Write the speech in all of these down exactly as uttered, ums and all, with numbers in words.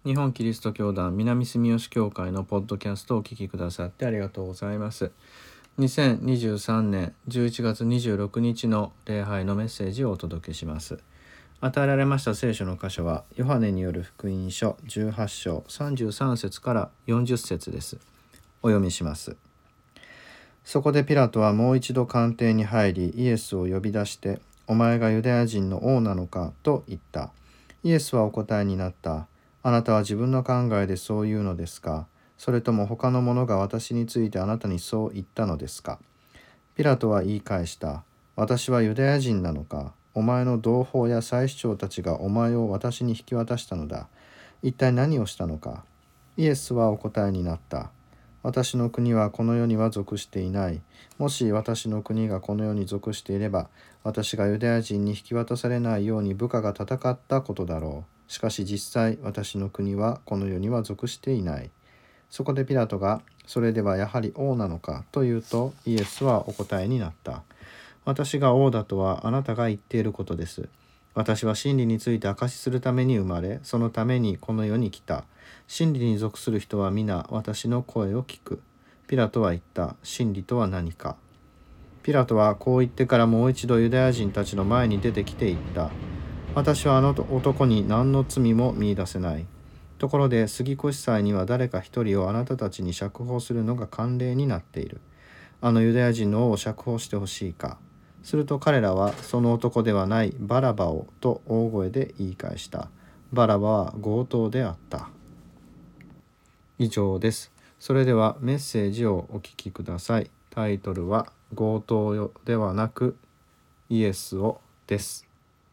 日本キリスト教団南住吉教会のポッドキャストをお聞きくださってありがとうございます。にせんにじゅうさんねんじゅういちがつにじゅうろくにちの礼拝のメッセージをお届けします。与えられました聖書の箇所はヨハネによる福音書じゅうはちしょうさんじゅうさんせつからよんじゅっせつです。お読みします。そこでピラトはもう一度官邸に入り、イエスを呼び出して、お前がユダヤ人の王なのかと言った。イエスはお答えになった。あなたは自分の考えでそう言うのですか？それとも他の者が私についてあなたにそう言ったのですか？ピラトは言い返した。私はユダヤ人なのか？お前の同胞や祭司長たちがお前を私に引き渡したのだ。一体何をしたのか？イエスはお答えになった。私の国はこの世には属していない。もし私の国がこの世に属していれば、私がユダヤ人に引き渡されないように部下が戦ったことだろう。しかし実際、私の国はこの世には属していない。そこでピラトが、それではやはり王なのかと言うと、イエスはお答えになった。私が王だとはあなたが言っていることです。私は真理について証しするために生まれ、そのためにこの世に来た。真理に属する人は皆私の声を聞く。ピラトは言った。真理とは何か。ピラトはこう言ってからもう一度ユダヤ人たちの前に出てきて言った。私はあの男に何の罪も見出せない。ところで杉越祭には誰か一人をあなたたちに釈放するのが慣例になっている。あのユダヤ人の王を釈放してほしいか。すると彼らはその男ではないバラバをと大声で言い返した。バラバは強盗であった。以上です。それではメッセージをお聞きください。タイトルは強盗ではなくイエスをです。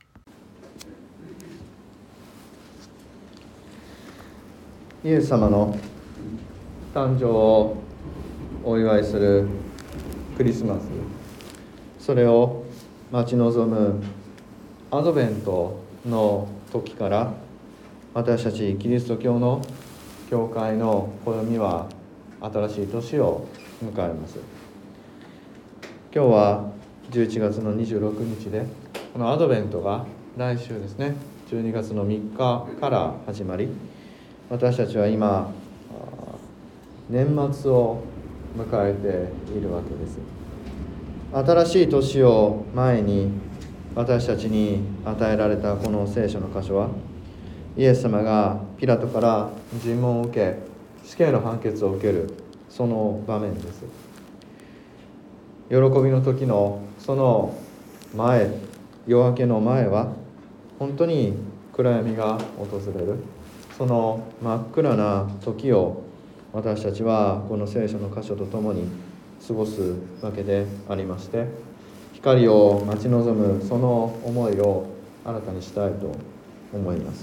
イエス様の誕生をお祝いするクリスマス、それを待ち望むアドベントの時から私たちキリスト教の教会の暦は新しい年を迎えます。今日はじゅういちがつのにじゅうろくにちで、このアドベントが来週ですね、じゅうにがつのみっかから始まり、私たちは今年末を迎えているわけです。新しい年を前に私たちに与えられたこの聖書の箇所は、イエス様がピラトから尋問を受け、死刑の判決を受けるその場面です。喜びの時のその前、夜明けの前は本当に暗闇が訪れる、その真っ暗な時を私たちはこの聖書の箇所とともに過ごすわけでありまして、光を待ち望むその思いを新たにしたいと思います。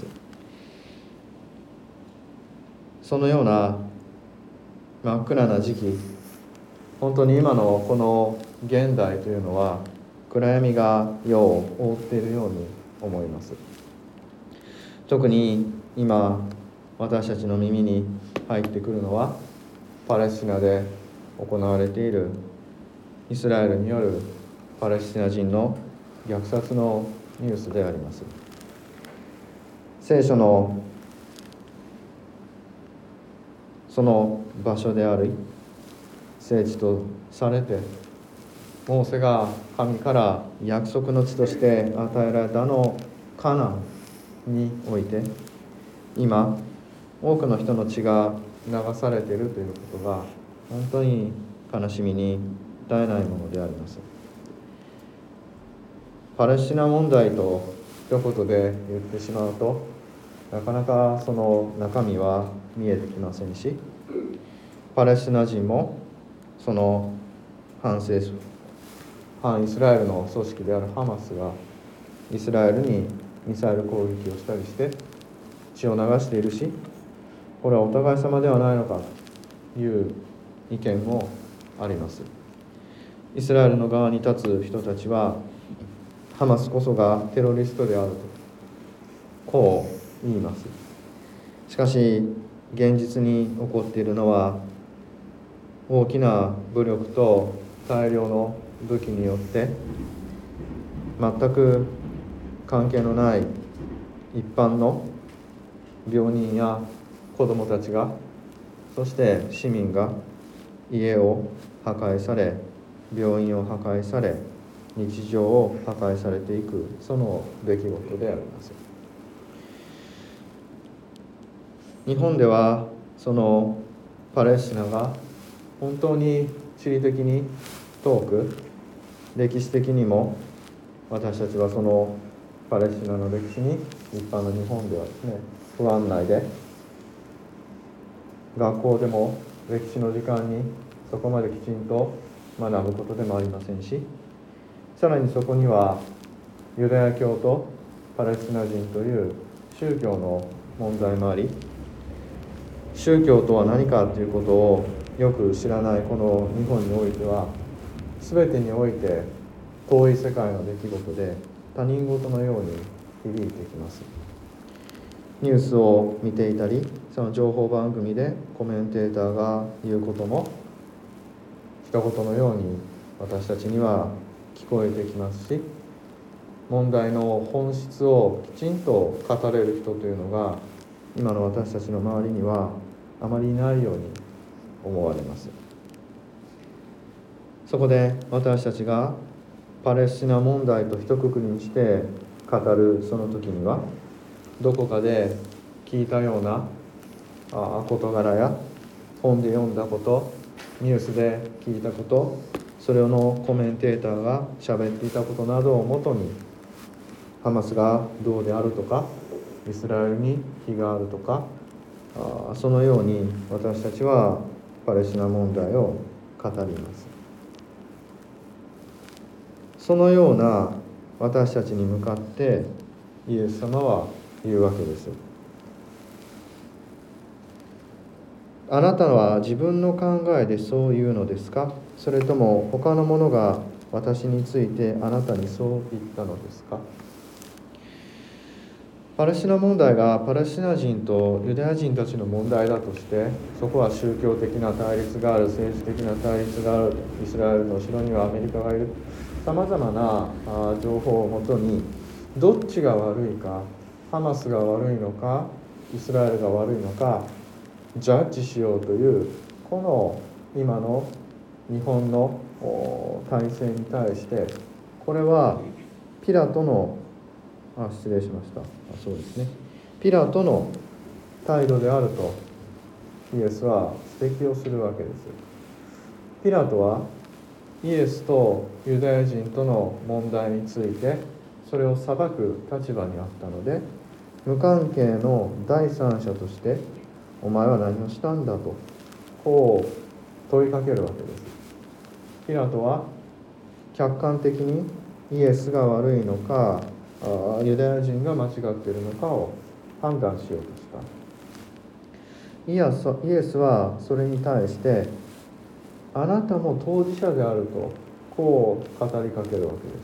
そのような真っ暗な時期、本当に今のこの現代というのは暗闇が世を覆っているように思います。特に今私たちの耳に入ってくるのは、パレスチナで行われているイスラエルによるパレスチナ人の虐殺のニュースであります。聖書のその場所であり、聖地とされて、モーセが神から約束の地として与えられたあのカナンにおいて、今多くの人の血が流されているということが本当に悲しみに絶えないものであります。パレスチナ問題と一言で言ってしまうと、なかなかその中身は見えてきませんし、パレスチナ人もその反政府反イスラエルの組織であるハマスがイスラエルにミサイル攻撃をしたりして血を流しているし、これはお互い様ではないのかという意見もあります。イスラエルの側に立つ人たちは、ハマスこそがテロリストであるとこう言います。しかし現実に起こっているのは、大きな武力と大量の武器によって全く関係のない一般の病人や子供たちが、そして市民が家を破壊され、病院を破壊され、日常を破壊されていく、その出来事であります。日本ではそのパレスチナが本当に地理的に遠く、歴史的にも私たちはそのパレスチナの歴史に一般の日本ではですね、不安内で、学校でも歴史の時間にそこまできちんと学ぶことでもありませんし、さらにそこにはユダヤ教とパレスチナ人という宗教の問題もあり、宗教とは何かということをよく知らないこの日本においては、全てにおいて遠い世界の出来事で他人事のように響いてきます。ニュースを見ていたり、その情報番組でコメンテーターが言うことも一言のように私たちには聞こえてきますし、問題の本質をきちんと語れる人というのが今の私たちの周りにはあまりいないように思われます。そこで私たちがパレスチナ問題と一括りにして語るその時には、どこかで聞いたようなあ事柄や本で読んだこと、ニュースで聞いたこと、それのコメンテーターが喋っていたことなどをもとに、ハマスがどうであるとか、イスラエルに非があるとか、あそのように私たちはパレスチナ問題を語ります。そのような私たちに向かってイエス様は言うわけです。あなたは自分の考えでそう言うのですか？それとも他の者が私についてあなたにそう言ったのですか？パレスチナ問題がパレスチナ人とユダヤ人たちの問題だとして、そこは宗教的な対立がある、政治的な対立がある、イスラエルの後ろにはアメリカがいる、さまざまな情報をもとにどっちが悪いか、ハマスが悪いのかイスラエルが悪いのかジャッジしようというこの今の日本の体制に対して、これはピラトのあ失礼しましたあそうですねピラトの態度であるとイエスは指摘をするわけです。ピラトはイエスとユダヤ人との問題についてそれを裁く立場にあったので、無関係の第三者としてお前は何をしたんだとこう問いかけるわけです。ピラトは客観的にイエスが悪いのかユダヤ人が間違っているのかを判断しようとした。イエスはそれに対してあなたも当事者であるとこう語りかけるわけです。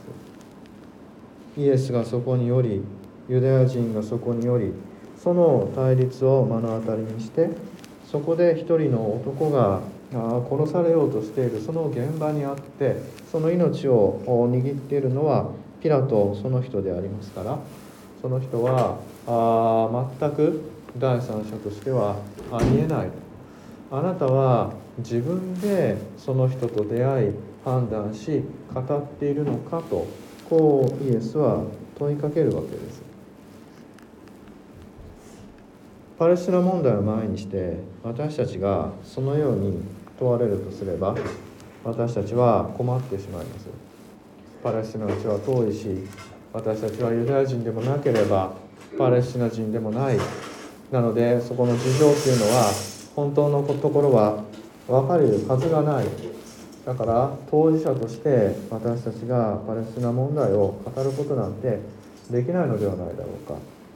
イエスがそこにおり、ユダヤ人がそこにおり、その対立を目の当たりにして、そこで一人の男が殺されようとしているその現場にあって、その命を握っているのはピラトその人でありますから、その人はあ全く第三者としてはありえない。あなたは自分でその人と出会い判断し語っているのかと、こうイエスは問いかけるわけです。パレスチナ問題を前にして私たちがそのように問われるとすれば、私たちは困ってしまいます。パレスチナの地は遠いし、私たちはユダヤ人でもなければパレスチナ人でもない。なのでそこの事情というのは本当のところは分かるはずがない。だから当事者として私たちがパレスチナ問題を語ることなんてできないのではないだろうか。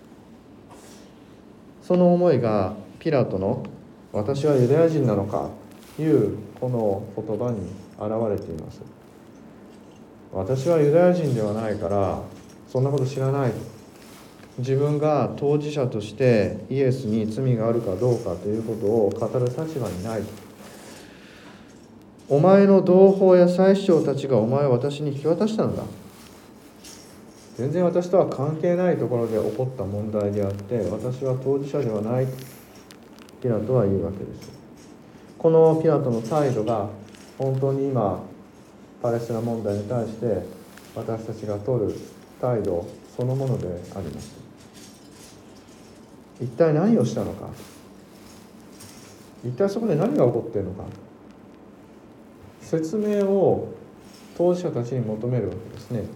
その思いがピラトの私はユダヤ人なのかというこの言葉に現れています。私はユダヤ人ではないからそんなこと知らない。自分が当事者としてイエスに罪があるかどうかということを語る立場にない。お前の同胞や祭司長たちがお前を私に引き渡したのだ。全然私とは関係ないところで起こった問題であって、私は当事者ではない。 ピラトは言うわけです。このピラトの態度が本当に今パレスチナ問題に対して私たちが取る態度そのものであります。一体何をしたのか、一体そこで何が起こっているのか、説明を当事者たちに求めるわけですね。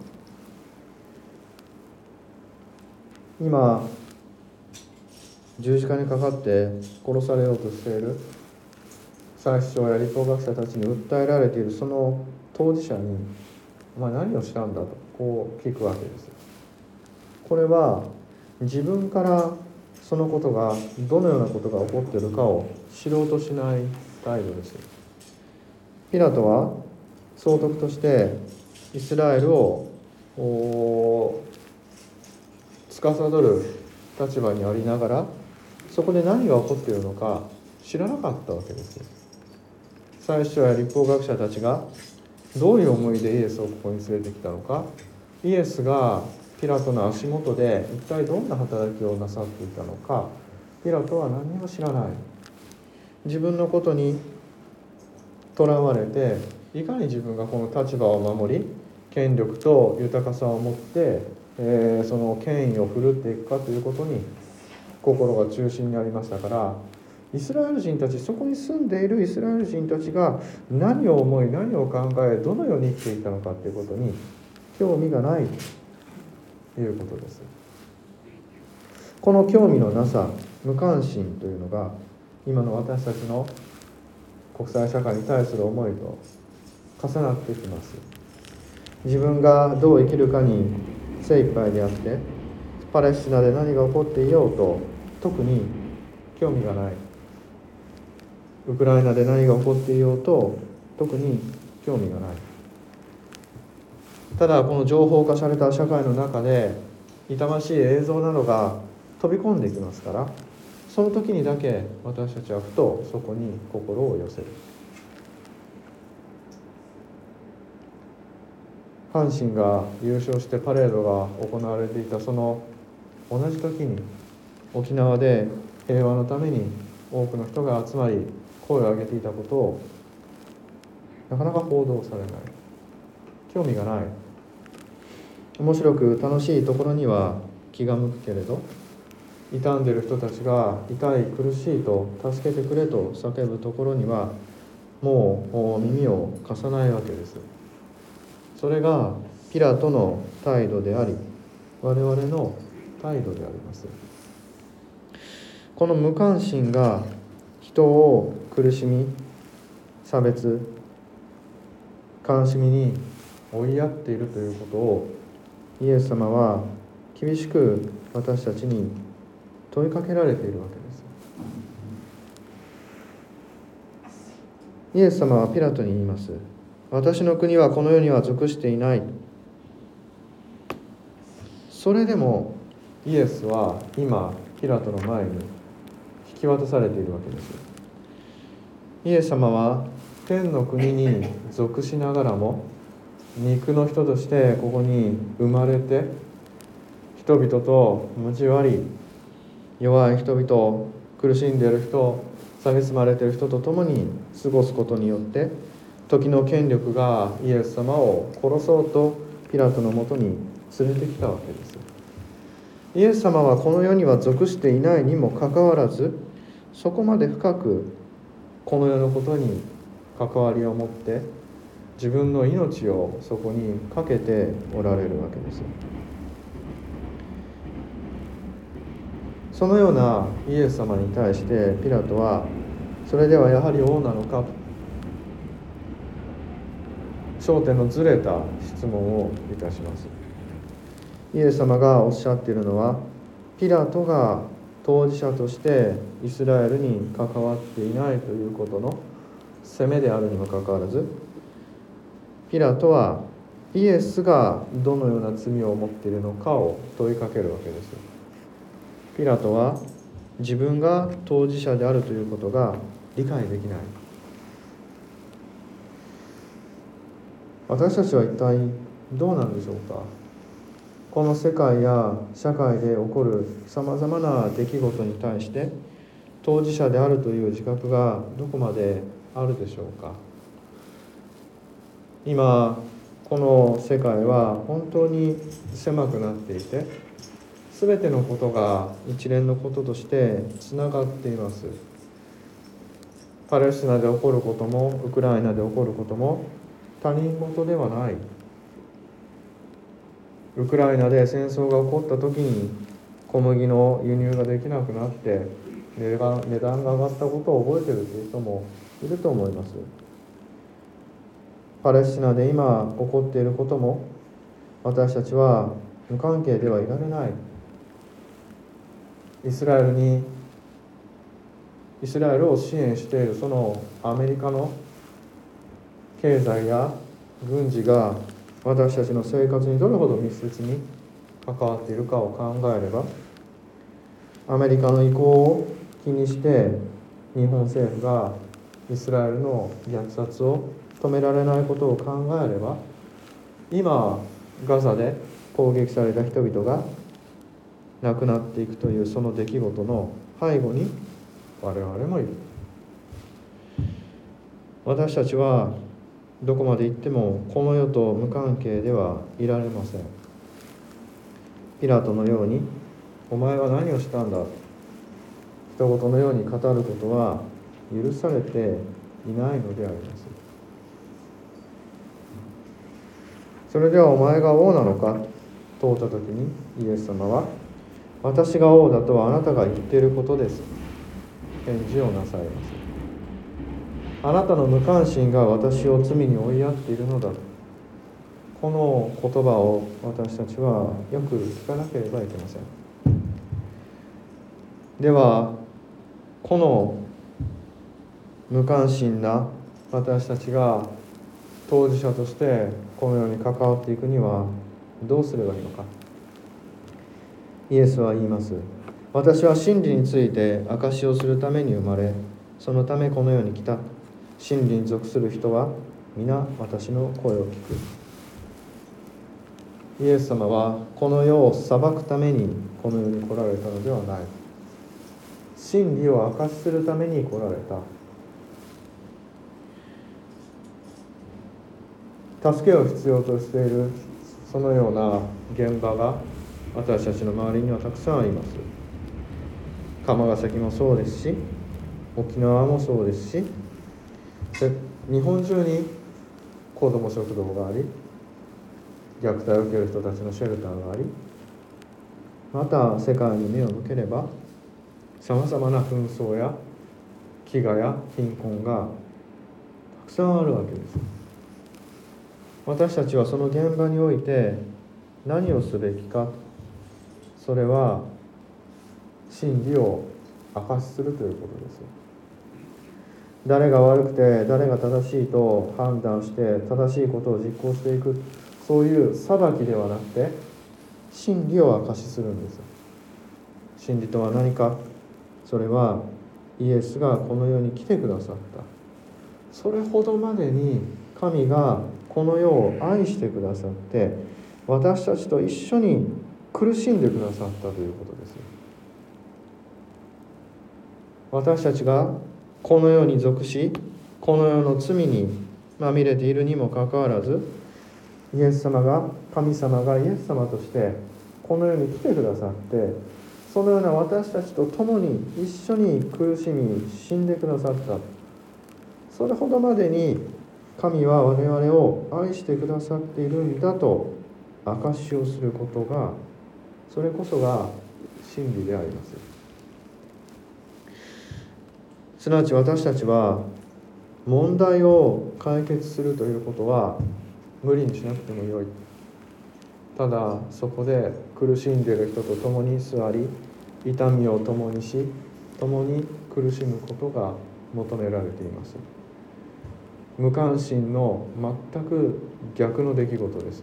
今十字架にかかって殺されようとしている祭司長や律法学者たちに訴えられているその当事者に「お前何をしたんだ」とこう聞くわけです。これは自分からそのことがどのようなことが起こっているかを知ろうとしない態度です。ピラトは総督としてイスラエルを司る立場にありながら、そこで何が起こっているのか知らなかったわけです。祭司長や律法学者たちがどういう思いでイエスをここに連れてきたのか、イエスがピラトの足元で一体どんな働きをなさっていたのか、ピラトは何も知らない。自分のことにとらわれて、いかに自分がこの立場を守り、権力と豊かさを持って、えー、その権威を振るっていくかということに心が中心にありましたから、イスラエル人たち、そこに住んでいるイスラエル人たちが何を思い何を考え、どのように生きていたのかということに興味がないということです。この興味のなさ、無関心というのが今の私たちの国際社会に対する思いと重なってきます。自分がどう生きるかに精一杯であって、パレスチナで何が起こっていようと特に興味がない。ウクライナで何が起こっていようと特に興味がない。ただこの情報化された社会の中で痛ましい映像などが飛び込んできますから、その時にだけ私たちはふとそこに心を寄せる。阪神が優勝してパレードが行われていたその同じ時に、沖縄で平和のために多くの人が集まり声を上げていたことをなかなか報道されない。興味がない。面白く楽しいところには気が向くけれど、傷んでいる人たちが痛い苦しいと助けてくれと叫ぶところにはもう耳を貸さないわけです。それがピラトの態度であり、我々の態度であります。この無関心が人を苦しみ、差別、悲しみに追いやっているということをイエス様は厳しく私たちに問いかけられているわけです。イエス様はピラトに言います。私の国はこの世には属していない。それでもイエスは今ピラトの前に引き渡されているわけです。イエス様は天の国に属しながらも肉の人としてここに生まれて、人々と交わり、弱い人々、苦しんでいる人、蔑まれている人と共に過ごすことによって、時の権力がイエス様を殺そうとピラトのもとに連れてきたわけです。イエス様はこの世には属していないにもかかわらず、そこまで深くこの世のことに関わりを持って自分の命をそこにかけておられるわけです。そのようなイエス様に対してピラトは、それではやはり王なのかと焦点のずれた質問をいたします。イエス様がおっしゃっているのは、ピラトが当事者としてイスラエルに関わっていないということの責めであるにもかかわらず、ピラトはイエスがどのような罪を持っているのかを問いかけるわけです。ピラトは自分が当事者であるということが理解できない。私たちは一体どうなんでしょうか。この世界や社会で起こるさまざまな出来事に対して当事者であるという自覚がどこまであるでしょうか。今この世界は本当に狭くなっていて、すべてのことが一連のこととしてつながっています。パレスチナで起こることもウクライナで起こることも他人事ではない。ウクライナで戦争が起こった時に小麦の輸入ができなくなって値段値段が上がったことを覚えているという人もいると思います。パレスチナで今起こっていることも私たちは無関係ではいられない。イスラエルにイスラエルを支援しているそのアメリカの経済や軍事が私たちの生活にどれほど密接に関わっているかを考えれば、アメリカの意向を気にして日本政府がイスラエルの虐殺を止められないことを考えれば、今ガザで攻撃された人々が亡くなっていくというその出来事の背後に我々もいる。私たちはどこまで行ってもこの世と無関係ではいられません。ピラトのようにお前は何をしたんだ、人事のように語ることは許されていないのであります。それではお前が王なのかと問った時にイエス様は、私が王だとはあなたが言っていることです、返事をなさいます。あなたの無関心が私を罪に追いやっているのだ。この言葉を私たちはよく聞かなければいけません。ではこの無関心な私たちが当事者としてこのように関わっていくにはどうすればいいのか。イエスは言います。私は真理について証しをするために生まれ、そのためこの世に来た。真理に属する人は皆私の声を聞く。イエス様はこの世を裁くためにこの世に来られたのではない。真理を証しするために来られた。助けを必要としているそのような現場が私たちの周りにはたくさんあります。釜ヶ崎もそうですし、沖縄もそうですし、日本中に子ども食堂があり、虐待を受ける人たちのシェルターがあり、また世界に目を向ければさまざまな紛争や飢餓や貧困がたくさんあるわけです。私たちはその現場において何をすべきか、それは真理を証しするということです。誰が悪くて誰が正しいと判断して正しいことを実行していく、そういう裁きではなくて真理を証しするんです。真理とは何か。それはイエスがこの世に来てくださった。それほどまでに神がこの世を愛してくださって、私たちと一緒に苦しんでくださったということです。私たちがこの世に属し、この世の罪にまみれているにもかかわらず、イエス様が、神様がイエス様としてこの世に来てくださって、そのような私たちと共に一緒に苦しみ死んでくださった。それほどまでに神は我々を愛してくださっているんだと証しをすることが、それこそが真理であります。すなわち私たちは問題を解決するということは無理にしなくてもよい。ただそこで苦しんでいる人と共に座り、痛みを共にし、共に苦しむことが求められています。無関心の全く逆の出来事です。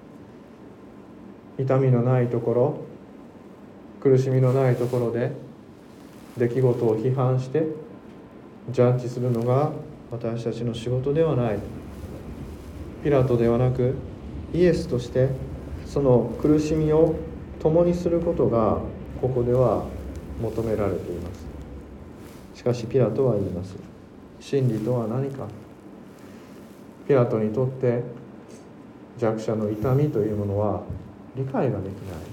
痛みのないところ、苦しみのないところで出来事を批判してジャッジするのが私たちの仕事ではない。ピラトではなくイエスとしてその苦しみを共にすることがここでは求められています。 しかしピラトは言います。真理とは何か。ピラトにとって弱者の痛みというものは理解ができない。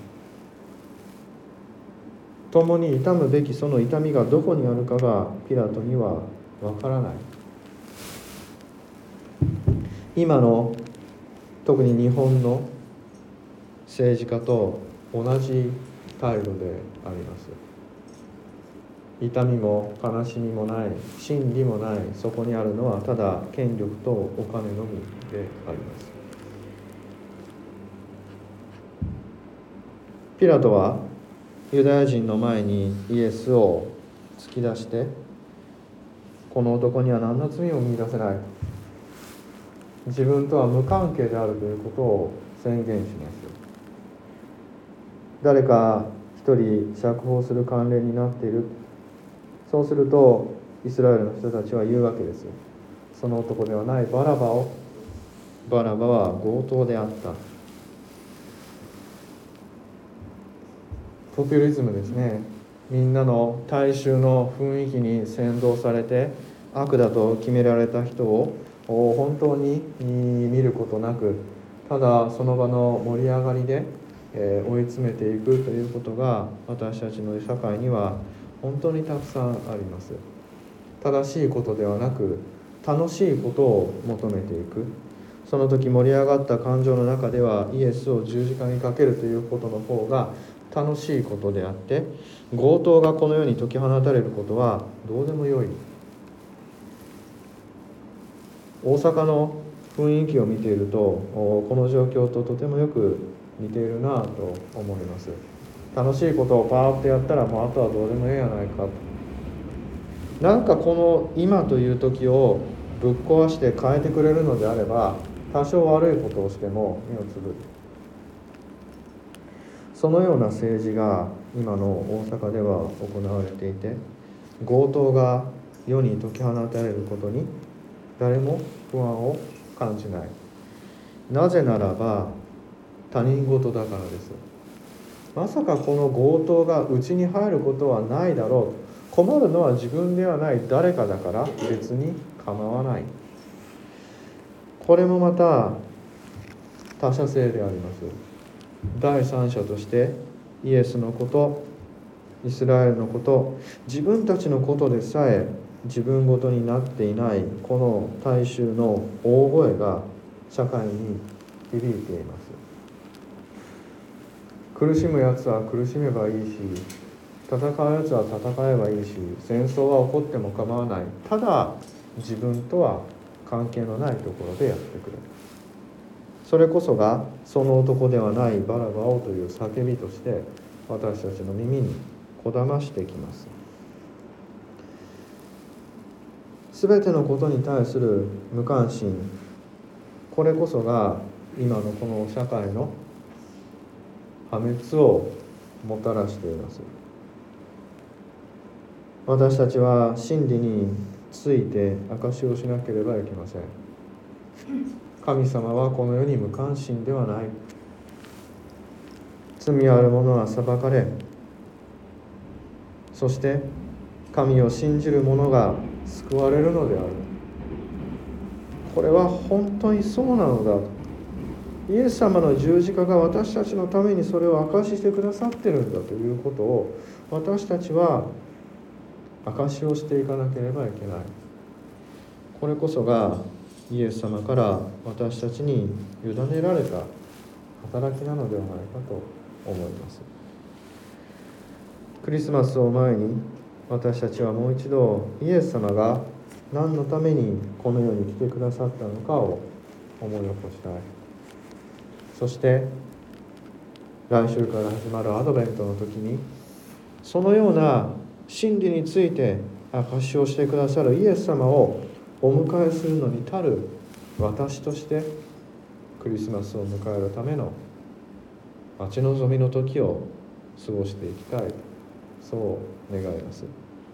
共に痛むべきその痛みがどこにあるかがピラトにはわからない。今の特に日本の政治家と同じ態度であります。痛みも悲しみもない、真理もない、そこにあるのはただ権力とお金のみであります。ピラトはユダヤ人の前にイエスを突き出して、この男には何の罪も見出せない、自分とは無関係であるということを宣言します。誰か一人釈放する関連になっている。そうするとイスラエルの人たちは言うわけです。その男ではないバラバを、バラバは強盗であった。ポピュリズムですね。みんなの大衆の雰囲気に扇動されて、悪だと決められた人を本当に見ることなく、ただその場の盛り上がりで追い詰めていくということが私たちの社会には本当にたくさんあります。正しいことではなく楽しいことを求めていく。その時盛り上がった感情の中ではイエスを十字架にかけるということの方が楽しいことであって、強盗がこの世に解き放たれることはどうでもよい。大阪の雰囲気を見ているとこの状況ととてもよく似ているなと思います。楽しいことをパーッとやったらもうあとはどうでもええやないかと。なんかこの今という時をぶっ壊して変えてくれるのであれば、多少悪いことをしても目をつぶる。そのような政治が今の大阪では行われていて、強盗が世に解き放たれることに誰も不安を感じない。なぜならば他人事だからです。まさかこの強盗がうちに入ることはないだろう。困るのは自分ではない誰かだから別に構わない。これもまた他者性であります。第三者としてイエスのこと、イスラエルのこと、自分たちのことでさえ自分ごとになっていないこの大衆の大声が社会に響いています。苦しむやつは苦しめばいいし、戦うやつは戦えばいいし、戦争は起こっても構わない。ただ自分とは関係のないところでやってくる。それこそがその男ではないバラバオという叫びとして私たちの耳にこだましてきます。すべてのことに対する無関心、これこそが今のこの社会の破滅をもたらしています。私たちは真理について証しをしなければいけません。神様はこの世に無関心ではない。罪ある者は裁かれ、そして神を信じる者が救われるのである。これは本当にそうなのだ。イエス様の十字架が私たちのためにそれを証ししてくださっているんだということを私たちは証しをしていかなければいけない。これこそがイエス様から私たちに委ねられた働きなのではないかと思います。クリスマスを前に私たちはもう一度イエス様が何のためにこの世に来てくださったのかを思い起こしたい。そして来週から始まるアドベントの時にそのような真理について証しをしてくださるイエス様をお迎えするのに足る私としてクリスマスを迎えるための待ち望みの時を過ごしていきたい、そう願います。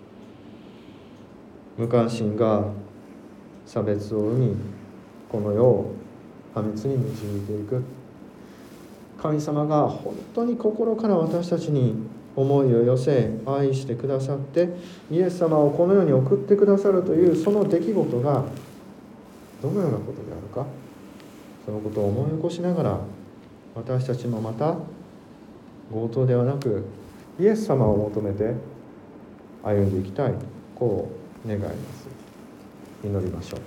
無関心が差別を生みこの世を破滅に導いていく。神様が本当に心から私たちに思いを寄せ愛してくださってイエス様をこの世に送ってくださるというその出来事がどのようなことであるか、そのことを思い起こしながら、私たちもまた強盗ではなくイエス様を求めて歩んでいきたい、こう願います。祈りましょう。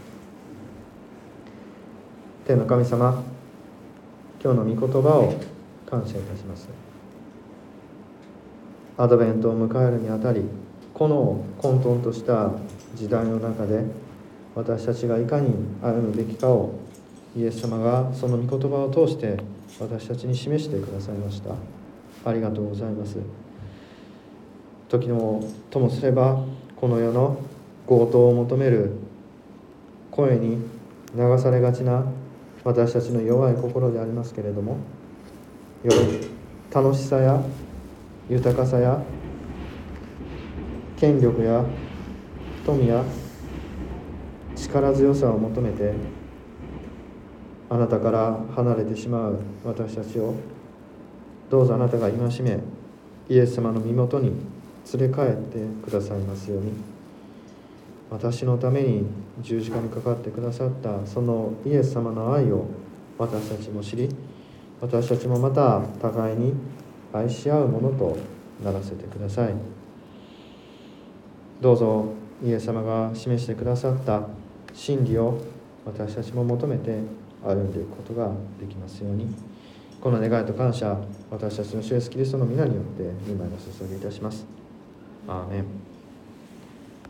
天の神様、今日の御言葉を感謝いたします。アドベントを迎えるにあたり、この混沌とした時代の中で私たちがいかに歩むべきかをイエス様がその御言葉を通して私たちに示してくださいました。ありがとうございます。時のともすればこの世の強盗を求める声に流されがちな私たちの弱い心でありますけれども、より楽しさや豊かさや権力や富や力強さを求めてあなたから離れてしまう私たちをどうぞあなたが戒め、イエス様の身元に連れ帰ってくださいますように。私のために十字架にかかってくださったそのイエス様の愛を私たちも知り、私たちもまた互いに愛し合うものとならせてください。どうぞイエス様が示してくださった真理を私たちも求めて歩んでいくことができますように。この願いと感謝、私たちの主イエスキリストの皆によって御前にお注ぎいたします。アーメン。